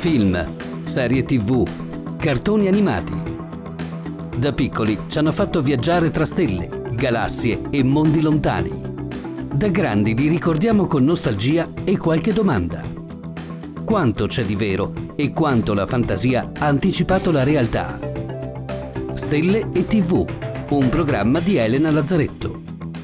Film, serie TV, cartoni animati. Da piccoli ci hanno fatto viaggiare tra stelle, galassie e mondi lontani. Da grandi li ricordiamo con nostalgia e qualche domanda. Quanto c'è di vero e quanto la fantasia ha anticipato la realtà? Stelle e TV, un programma di Elena Lazzaretto.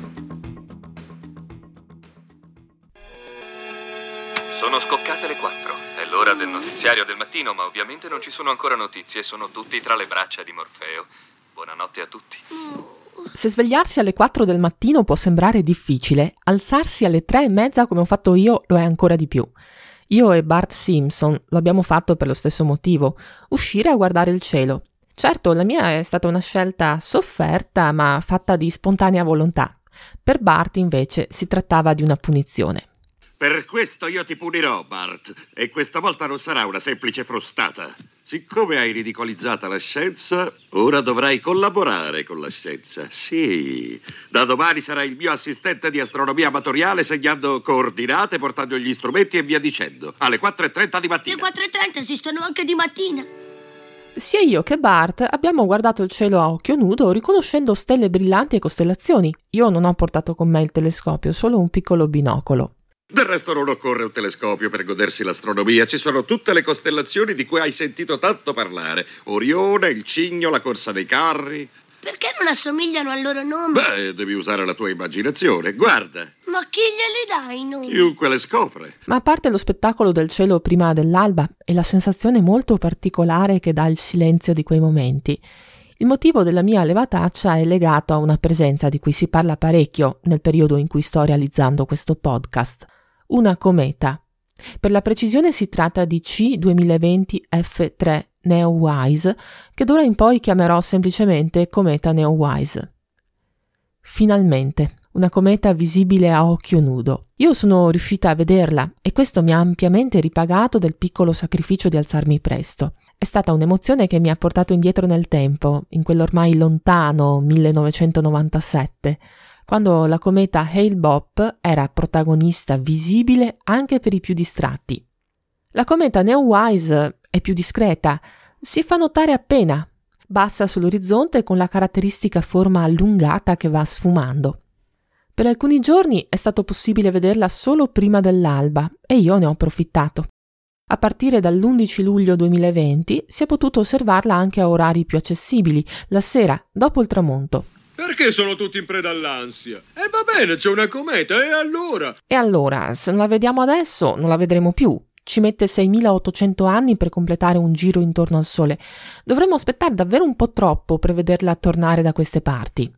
Sono scoccate le 4. È l'ora del notiziario del mattino, ma ovviamente non ci sono ancora notizie. Sono tutti tra le braccia di Morfeo. Buonanotte a tutti. Se svegliarsi alle 4 del mattino può sembrare difficile, alzarsi alle 3:30 come ho fatto io lo è ancora di più. Io e Bart Simpson lo abbiamo fatto per lo stesso motivo, uscire a guardare il cielo. Certo, la mia è stata una scelta sofferta, ma fatta di spontanea volontà. Per Bart, invece, si trattava di una punizione. Per questo io ti punirò, Bart, e questa volta non sarà una semplice frustata. Siccome hai ridicolizzata la scienza, ora dovrai collaborare con la scienza. Sì, da domani sarai il mio assistente di astronomia amatoriale, segnando coordinate, portando gli strumenti e via dicendo. Alle 4:30 di mattina. Le 4:30 esistono anche di mattina. Sia io che Bart abbiamo guardato il cielo a occhio nudo, riconoscendo stelle brillanti e costellazioni. Io non ho portato con me il telescopio, solo un piccolo binocolo. Del resto non occorre un telescopio per godersi l'astronomia. Ci sono tutte le costellazioni di cui hai sentito tanto parlare. Orione, il Cigno, la Corsa dei Carri. Perché non assomigliano al loro nome? Beh, devi usare la tua immaginazione. Guarda. Ma chi glieli dà i nomi? Chiunque le scopre. Ma a parte lo spettacolo del cielo prima dell'alba e la sensazione molto particolare che dà il silenzio di quei momenti, il motivo della mia levataccia è legato a una presenza di cui si parla parecchio nel periodo in cui sto realizzando questo podcast. Una cometa. Per la precisione si tratta di C2020 F3 Neowise, che d'ora in poi chiamerò semplicemente cometa Neowise. Finalmente, una cometa visibile a occhio nudo. Io sono riuscita a vederla e questo mi ha ampiamente ripagato del piccolo sacrificio di alzarmi presto. È stata un'emozione che mi ha portato indietro nel tempo, in quell'ormai lontano 1997, quando la cometa Hale-Bopp era protagonista visibile anche per i più distratti. La cometa Neowise è più discreta, si fa notare appena, bassa sull'orizzonte con la caratteristica forma allungata che va sfumando. Per alcuni giorni è stato possibile vederla solo prima dell'alba e io ne ho approfittato. A partire dall'11 luglio 2020 si è potuto osservarla anche a orari più accessibili, la sera, dopo il tramonto. Perché sono tutti in preda all'ansia? Va bene, c'è una cometa, e allora? E allora, se non la vediamo adesso, non la vedremo più. Ci mette 6.800 anni per completare un giro intorno al Sole. Dovremmo aspettare davvero un po' troppo per vederla tornare da queste parti.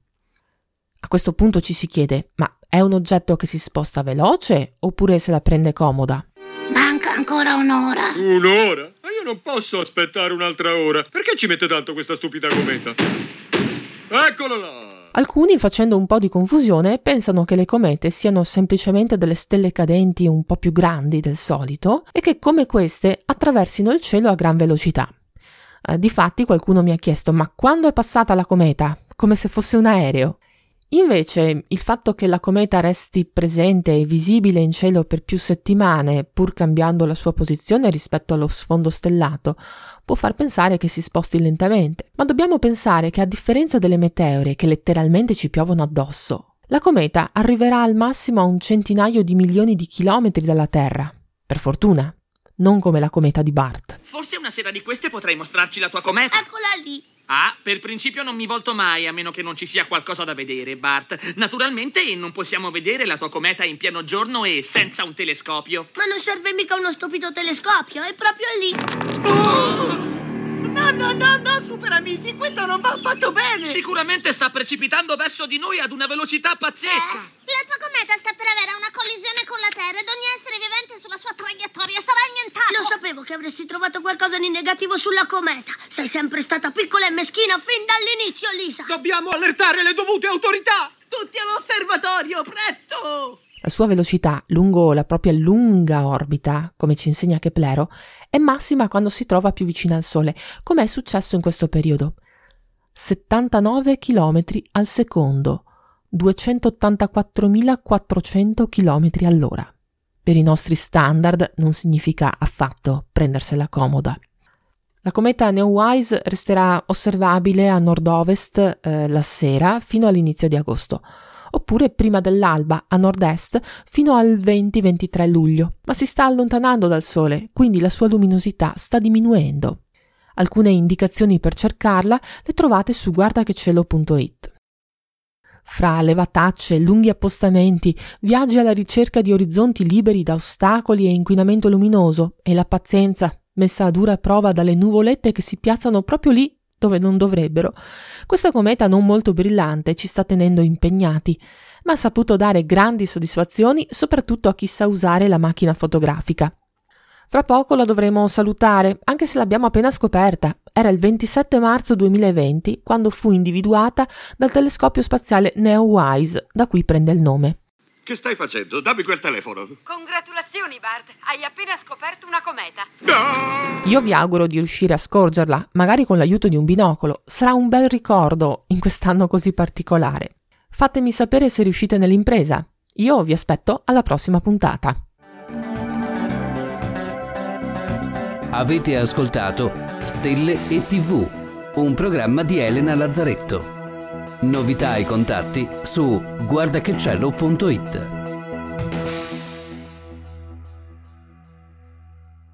A questo punto ci si chiede, ma è un oggetto che si sposta veloce oppure se la prende comoda? Manca ancora un'ora. Un'ora? Ma io non posso aspettare un'altra ora. Perché ci mette tanto questa stupida cometa? Eccola là! Alcuni, facendo un po' di confusione, pensano che le comete siano semplicemente delle stelle cadenti un po' più grandi del solito e che, come queste, attraversino il cielo a gran velocità. Difatti qualcuno mi ha chiesto, ma quando è passata la cometa? Come se fosse un aereo. Invece, il fatto che la cometa resti presente e visibile in cielo per più settimane, pur cambiando la sua posizione rispetto allo sfondo stellato, può far pensare che si sposti lentamente. Ma dobbiamo pensare che, a differenza delle meteore che letteralmente ci piovono addosso, la cometa arriverà al massimo a un centinaio di milioni di chilometri dalla Terra. Per fortuna, non come la cometa di Bart. Forse una sera di queste potrai mostrarci la tua cometa. Eccola lì. Ah, per principio non mi volto mai, a meno che non ci sia qualcosa da vedere, Bart. Naturalmente non possiamo vedere la tua cometa in pieno giorno e senza un telescopio. Ma non serve mica uno stupido telescopio, è proprio lì. Oh! No, super amici, questo non va affatto bene. Sicuramente sta precipitando verso di noi ad una velocità pazzesca. La tua cometa sta per avere una collisione con la Terra ed ogni essere vivente sulla sua traiettoria sarà annientato. Lo sapevo che avresti trovato qualcosa di negativo sulla cometa. Sei sempre stata piccola e meschina fin dall'inizio, Lisa. Dobbiamo allertare le dovute autorità. Tutti all'osservatorio, presto! La sua velocità lungo la propria lunga orbita, come ci insegna Keplero, è massima quando si trova più vicina al Sole, come è successo in questo periodo. 79 km al secondo, 284.400 km all'ora. per i nostri standard non significa affatto prendersela comoda. La cometa Neowise resterà osservabile a nord-ovest la sera fino all'inizio di agosto, oppure prima dell'alba a nord-est fino al 20-23 luglio, ma si sta allontanando dal Sole, quindi la sua luminosità sta diminuendo. Alcune indicazioni per cercarla le trovate su guardachecielo.it. Fra levatacce, lunghi appostamenti, viaggi alla ricerca di orizzonti liberi da ostacoli e inquinamento luminoso e la pazienza messa a dura prova dalle nuvolette che si piazzano proprio lì dove non dovrebbero. Questa cometa non molto brillante ci sta tenendo impegnati, ma ha saputo dare grandi soddisfazioni soprattutto a chi sa usare la macchina fotografica. Fra poco la dovremo salutare, anche se l'abbiamo appena scoperta. Era il 27 marzo 2020 quando fu individuata dal telescopio spaziale Neowise, da cui prende il nome. Che stai facendo? Dammi quel telefono. Congratulazioni, Bart. Hai appena scoperto una cometa. No! Io vi auguro di riuscire a scorgerla, magari con l'aiuto di un binocolo. Sarà un bel ricordo in quest'anno così particolare. Fatemi sapere se riuscite nell'impresa. Io vi aspetto alla prossima puntata. Avete ascoltato Stelle e TV, un programma di Elena Lazzaretto. Novità e contatti su guardachecielo.it.